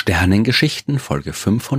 Sternengeschichten Folge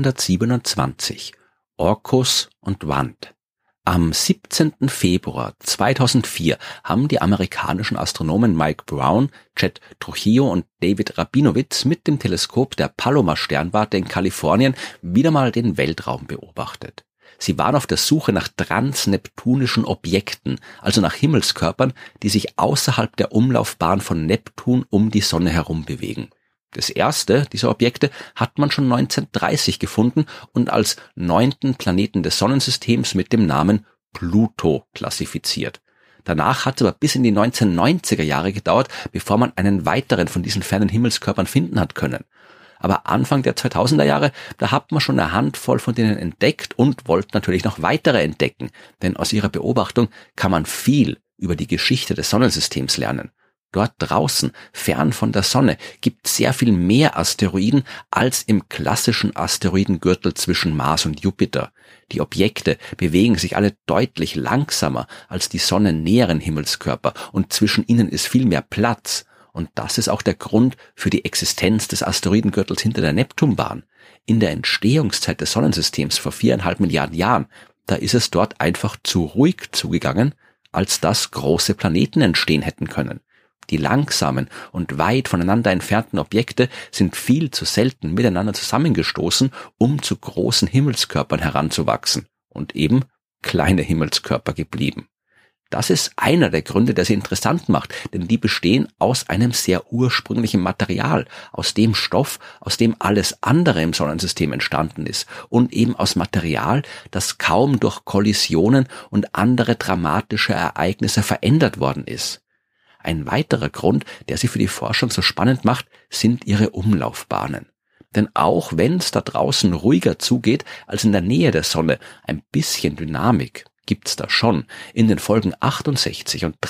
527 Orcus und Wand. Am 17. Februar 2004 haben die amerikanischen Astronomen Mike Brown, Chet Trujillo und David Rabinowitz mit dem Teleskop der Palomar-Sternwarte in Kalifornien wieder mal den Weltraum beobachtet. Sie waren auf der Suche nach transneptunischen Objekten, also nach Himmelskörpern, die sich außerhalb der Umlaufbahn von Neptun um die Sonne herum bewegen. Das erste dieser Objekte hat man schon 1930 gefunden und als 9. Planeten des Sonnensystems mit dem Namen Pluto klassifiziert. Danach hat es aber bis in die 1990er Jahre gedauert, bevor man einen weiteren von diesen fernen Himmelskörpern finden hat können. Aber Anfang der 2000er Jahre, da hat man schon eine Handvoll von denen entdeckt und wollte natürlich noch weitere entdecken, denn aus ihrer Beobachtung kann man viel über die Geschichte des Sonnensystems lernen. Dort draußen, fern von der Sonne, gibt es sehr viel mehr Asteroiden als im klassischen Asteroidengürtel zwischen Mars und Jupiter. Die Objekte bewegen sich alle deutlich langsamer als die sonnennäheren Himmelskörper und zwischen ihnen ist viel mehr Platz. Und das ist auch der Grund für die Existenz des Asteroidengürtels hinter der Neptunbahn. In der Entstehungszeit des Sonnensystems vor 4,5 Milliarden Jahren, da ist es dort einfach zu ruhig zugegangen, als dass große Planeten entstehen hätten können. Die langsamen und weit voneinander entfernten Objekte sind viel zu selten miteinander zusammengestoßen, um zu großen Himmelskörpern heranzuwachsen und eben kleine Himmelskörper geblieben. Das ist einer der Gründe, der sie interessant macht, denn die bestehen aus einem sehr ursprünglichen Material, aus dem Stoff, aus dem alles andere im Sonnensystem entstanden ist und eben aus Material, das kaum durch Kollisionen und andere dramatische Ereignisse verändert worden ist. Ein weiterer Grund, der sie für die Forschung so spannend macht, sind ihre Umlaufbahnen. Denn auch wenn es da draußen ruhiger zugeht als in der Nähe der Sonne, ein bisschen Dynamik gibt's da schon. In den Folgen 68 und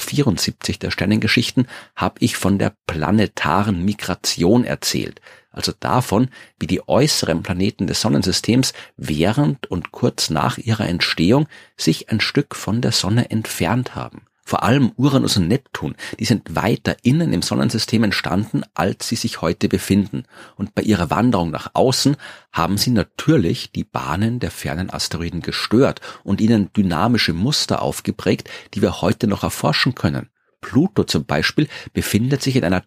374 der Sternengeschichten habe ich von der planetaren Migration erzählt, also davon, wie die äußeren Planeten des Sonnensystems während und kurz nach ihrer Entstehung sich ein Stück von der Sonne entfernt haben. Vor allem Uranus und Neptun, die sind weiter innen im Sonnensystem entstanden, als sie sich heute befinden. Und bei ihrer Wanderung nach außen haben sie natürlich die Bahnen der fernen Asteroiden gestört und ihnen dynamische Muster aufgeprägt, die wir heute noch erforschen können. Pluto zum Beispiel befindet sich in einer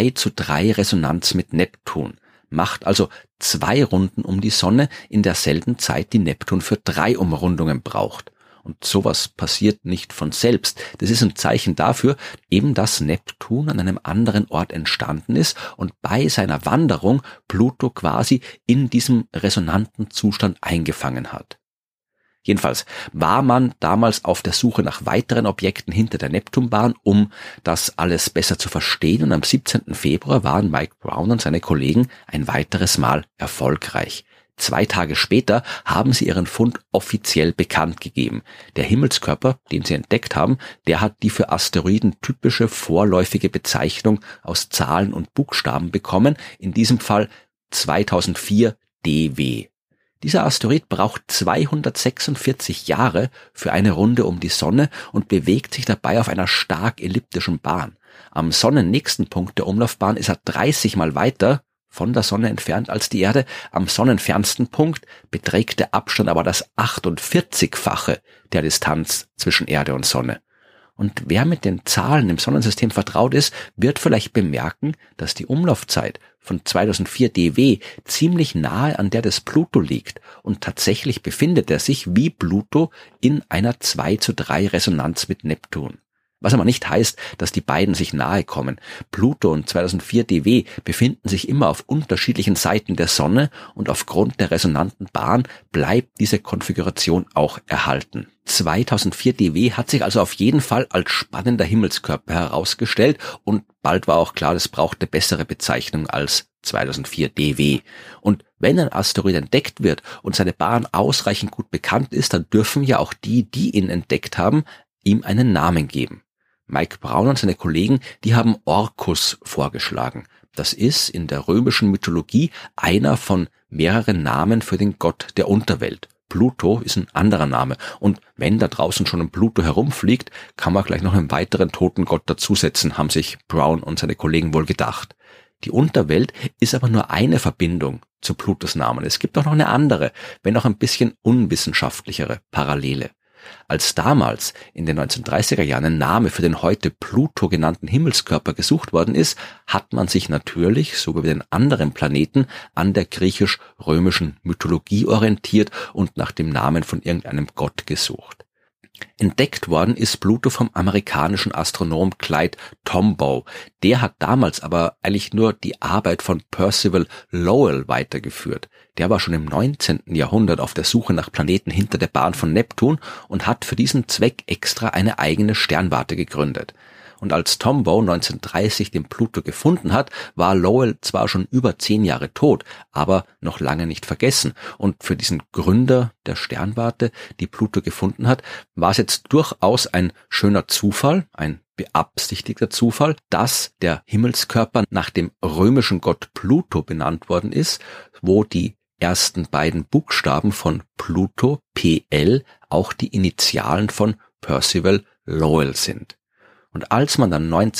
2:3 Resonanz mit Neptun, macht also 2 Runden um die Sonne in derselben Zeit, die Neptun für 3 Umrundungen braucht. Und sowas passiert nicht von selbst. Das ist ein Zeichen dafür, eben dass Neptun an einem anderen Ort entstanden ist und bei seiner Wanderung Pluto quasi in diesem resonanten Zustand eingefangen hat. Jedenfalls war man damals auf der Suche nach weiteren Objekten hinter der Neptunbahn, um das alles besser zu verstehen. Und am 17. Februar waren Mike Brown und seine Kollegen ein weiteres Mal erfolgreich. 2 Tage später haben sie ihren Fund offiziell bekannt gegeben. Der Himmelskörper, den sie entdeckt haben, der hat die für Asteroiden typische vorläufige Bezeichnung aus Zahlen und Buchstaben bekommen, in diesem Fall 2004 DW. Dieser Asteroid braucht 246 Jahre für eine Runde um die Sonne und bewegt sich dabei auf einer stark elliptischen Bahn. Am sonnennächsten Punkt der Umlaufbahn ist er 30 Mal weiter von der Sonne entfernt als die Erde. Am sonnenfernsten Punkt beträgt der Abstand aber das 48-fache der Distanz zwischen Erde und Sonne. Und wer mit den Zahlen im Sonnensystem vertraut ist, wird vielleicht bemerken, dass die Umlaufzeit von 2004 DW ziemlich nahe an der des Pluto liegt und tatsächlich befindet er sich wie Pluto in einer 2:3 Resonanz mit Neptun. Was aber nicht heißt, dass die beiden sich nahe kommen. Pluto und 2004 DW befinden sich immer auf unterschiedlichen Seiten der Sonne und aufgrund der resonanten Bahn bleibt diese Konfiguration auch erhalten. 2004 DW hat sich also auf jeden Fall als spannender Himmelskörper herausgestellt und bald war auch klar, das braucht eine bessere Bezeichnung als 2004 DW. Und wenn ein Asteroid entdeckt wird und seine Bahn ausreichend gut bekannt ist, dann dürfen ja auch die ihn entdeckt haben, ihm einen Namen geben. Mike Brown und seine Kollegen, die haben Orcus vorgeschlagen. Das ist in der römischen Mythologie einer von mehreren Namen für den Gott der Unterwelt. Pluto ist ein anderer Name und wenn da draußen schon ein Pluto herumfliegt, kann man gleich noch einen weiteren toten Gott dazusetzen, haben sich Brown und seine Kollegen wohl gedacht. Die Unterwelt ist aber nur eine Verbindung zu Plutos Namen. Es gibt auch noch eine andere, wenn auch ein bisschen unwissenschaftlichere Parallele. Als damals in den 1930er Jahren ein Name für den heute Pluto genannten Himmelskörper gesucht worden ist, hat man sich natürlich, so wie bei den anderen Planeten, an der griechisch-römischen Mythologie orientiert und nach dem Namen von irgendeinem Gott gesucht. Entdeckt worden ist Pluto vom amerikanischen Astronom Clyde Tombaugh. Der hat damals aber eigentlich nur die Arbeit von Percival Lowell weitergeführt. Der war schon im 19. Jahrhundert auf der Suche nach Planeten hinter der Bahn von Neptun und hat für diesen Zweck extra eine eigene Sternwarte gegründet. Und als Tombaugh 1930 den Pluto gefunden hat, war Lowell zwar schon über 10 Jahre tot, aber noch lange nicht vergessen. Und für diesen Gründer der Sternwarte, die Pluto gefunden hat, war es jetzt durchaus ein schöner Zufall, ein beabsichtigter Zufall, dass der Himmelskörper nach dem römischen Gott Pluto benannt worden ist, wo die ersten beiden Buchstaben von Pluto, PL, auch die Initialen von Percival Lowell sind. Und als man dann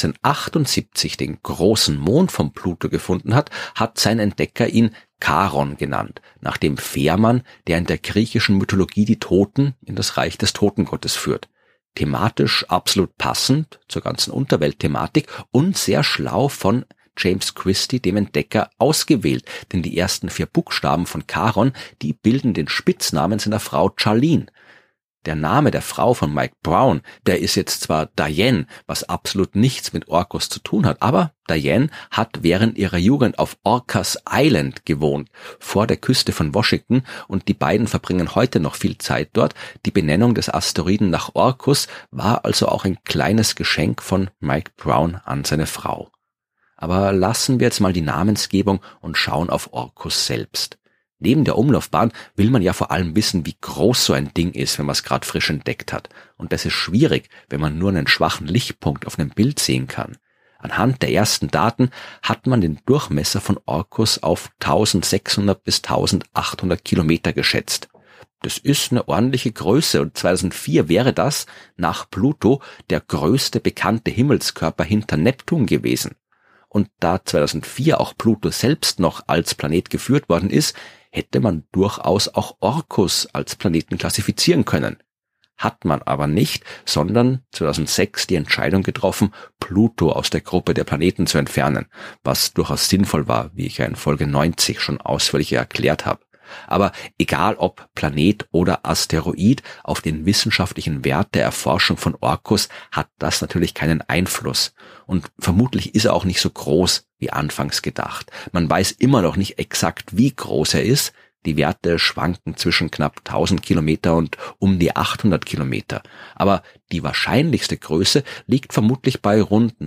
1978 den großen Mond von Pluto gefunden hat, hat sein Entdecker ihn Charon genannt, nach dem Fährmann, der in der griechischen Mythologie die Toten in das Reich des Totengottes führt. Thematisch absolut passend zur ganzen Unterweltthematik und sehr schlau von James Christie, dem Entdecker, ausgewählt, denn die ersten 4 Buchstaben von Charon, die bilden den Spitznamen seiner Frau Charlene. Der Name der Frau von Mike Brown, der ist jetzt zwar Diane, was absolut nichts mit Orcus zu tun hat, aber Diane hat während ihrer Jugend auf Orcas Island gewohnt, vor der Küste von Washington, und die beiden verbringen heute noch viel Zeit dort. Die Benennung des Asteroiden nach Orcus war also auch ein kleines Geschenk von Mike Brown an seine Frau. Aber lassen wir jetzt mal die Namensgebung und schauen auf Orcus selbst. Neben der Umlaufbahn will man ja vor allem wissen, wie groß so ein Ding ist, wenn man es gerade frisch entdeckt hat. Und das ist schwierig, wenn man nur einen schwachen Lichtpunkt auf einem Bild sehen kann. Anhand der ersten Daten hat man den Durchmesser von Orcus auf 1600 bis 1800 Kilometer geschätzt. Das ist eine ordentliche Größe und 2004 wäre das nach Pluto der größte bekannte Himmelskörper hinter Neptun gewesen. Und da 2004 auch Pluto selbst noch als Planet geführt worden ist, hätte man durchaus auch Orcus als Planeten klassifizieren können. Hat man aber nicht, sondern 2006 die Entscheidung getroffen, Pluto aus der Gruppe der Planeten zu entfernen, was durchaus sinnvoll war, wie ich ja in Folge 90 schon ausführlich erklärt habe. Aber egal ob Planet oder Asteroid, auf den wissenschaftlichen Wert der Erforschung von Orcus hat das natürlich keinen Einfluss. Und vermutlich ist er auch nicht so groß wie anfangs gedacht. Man weiß immer noch nicht exakt, wie groß er ist. Die Werte schwanken zwischen knapp 1000 Kilometer und um die 800 Kilometer. Aber die wahrscheinlichste Größe liegt vermutlich bei rund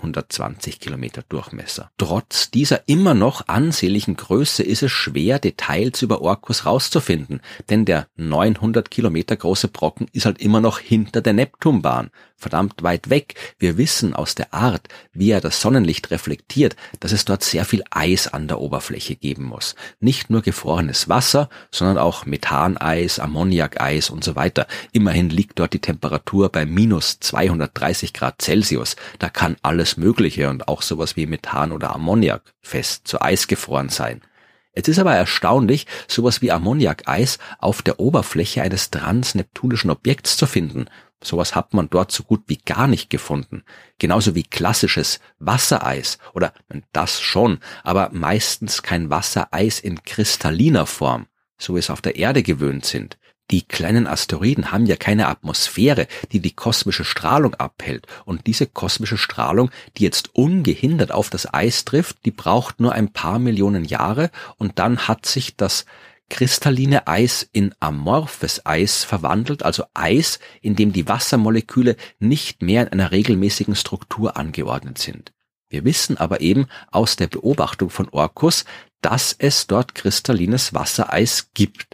920 Kilometer Durchmesser. Trotz dieser immer noch ansehnlichen Größe ist es schwer, Details über Orcus rauszufinden, denn der 900 Kilometer große Brocken ist halt immer noch hinter der Neptunbahn, verdammt weit weg. Wir wissen aus der Art, wie er das Sonnenlicht reflektiert, dass es dort sehr viel Eis an der Oberfläche geben muss. Nicht nur gefrorenes Wasser, sondern auch Methaneis, Ammoniakeis und so weiter. Immerhin liegt dort die Temperatur bei minus 230 Grad Celsius. Da kann alles Mögliche und auch sowas wie Methan oder Ammoniak fest zu Eis gefroren sein. Es ist aber erstaunlich, sowas wie Ammoniakeis auf der Oberfläche eines transneptunischen Objekts zu finden. Sowas hat man dort so gut wie gar nicht gefunden. Genauso wie klassisches Wassereis oder das schon, aber meistens kein Wassereis in kristalliner Form, so wie es auf der Erde gewöhnt sind. Die kleinen Asteroiden haben ja keine Atmosphäre, die die kosmische Strahlung abhält. Und diese kosmische Strahlung, die jetzt ungehindert auf das Eis trifft, die braucht nur ein paar Millionen Jahre und dann hat sich das kristalline Eis in amorphes Eis verwandelt, also Eis, in dem die Wassermoleküle nicht mehr in einer regelmäßigen Struktur angeordnet sind. Wir wissen aber eben aus der Beobachtung von Orcus, dass es dort kristallines Wassereis gibt.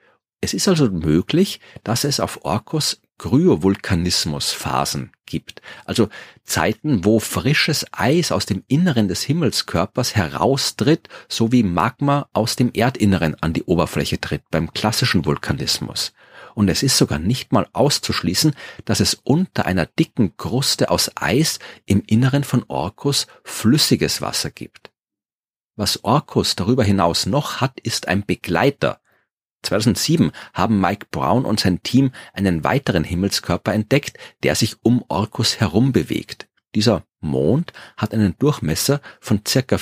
Es ist also möglich, dass es auf Orcus Kryovulkanismus-Phasen gibt, also Zeiten, wo frisches Eis aus dem Inneren des Himmelskörpers heraustritt, so wie Magma aus dem Erdinneren an die Oberfläche tritt beim klassischen Vulkanismus. Und es ist sogar nicht mal auszuschließen, dass es unter einer dicken Kruste aus Eis im Inneren von Orcus flüssiges Wasser gibt. Was Orcus darüber hinaus noch hat, ist ein Begleiter. 2007 haben Mike Brown und sein Team einen weiteren Himmelskörper entdeckt, der sich um Orcus herum bewegt. Dieser Mond hat einen Durchmesser von ca.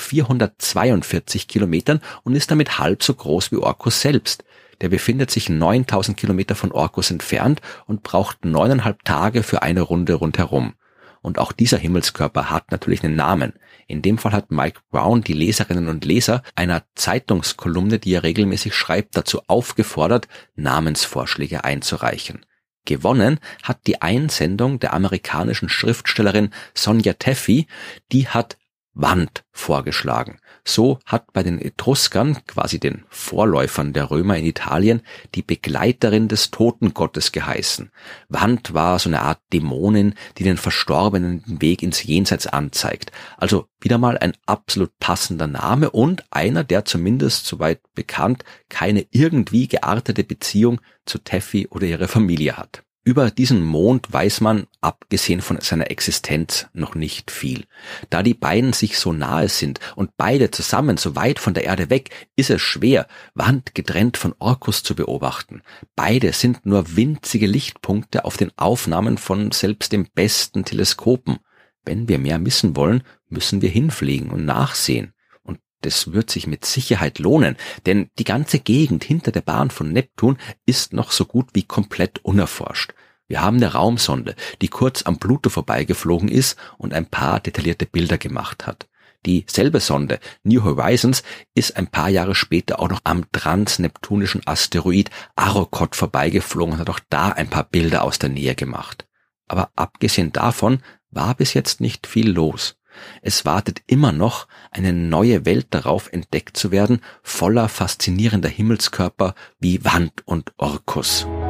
442 Kilometern und ist damit halb so groß wie Orcus selbst. Der befindet sich 9000 Kilometer von Orcus entfernt und braucht 9,5 Tage für eine Runde rundherum. Und auch dieser Himmelskörper hat natürlich einen Namen. In dem Fall hat Mike Brown die Leserinnen und Leser einer Zeitungskolumne, die er regelmäßig schreibt, dazu aufgefordert, Namensvorschläge einzureichen. Gewonnen hat die Einsendung der amerikanischen Schriftstellerin Sonja Teffi, die hat Wand vorgeschlagen. So hat bei den Etruskern, quasi den Vorläufern der Römer in Italien, die Begleiterin des Totengottes geheißen. Wand war so eine Art Dämonin, die den Verstorbenen den Weg ins Jenseits anzeigt. Also wieder mal ein absolut passender Name und einer, der zumindest, soweit bekannt, keine irgendwie geartete Beziehung zu Teffi oder ihrer Familie hat. Über diesen Mond weiß man, abgesehen von seiner Existenz, noch nicht viel. Da die beiden sich so nahe sind und beide zusammen so weit von der Erde weg, ist es schwer, Wand getrennt von Orcus zu beobachten. Beide sind nur winzige Lichtpunkte auf den Aufnahmen von selbst den besten Teleskopen. Wenn wir mehr wissen wollen, müssen wir hinfliegen und nachsehen. Das wird sich mit Sicherheit lohnen, denn die ganze Gegend hinter der Bahn von Neptun ist noch so gut wie komplett unerforscht. Wir haben eine Raumsonde, die kurz am Pluto vorbeigeflogen ist und ein paar detaillierte Bilder gemacht hat. Dieselbe Sonde, New Horizons, ist ein paar Jahre später auch noch am transneptunischen Asteroid Arrokoth vorbeigeflogen und hat auch da ein paar Bilder aus der Nähe gemacht. Aber abgesehen davon war bis jetzt nicht viel los. Es wartet immer noch eine neue Welt darauf, entdeckt zu werden, voller faszinierender Himmelskörper wie Wand und Orcus.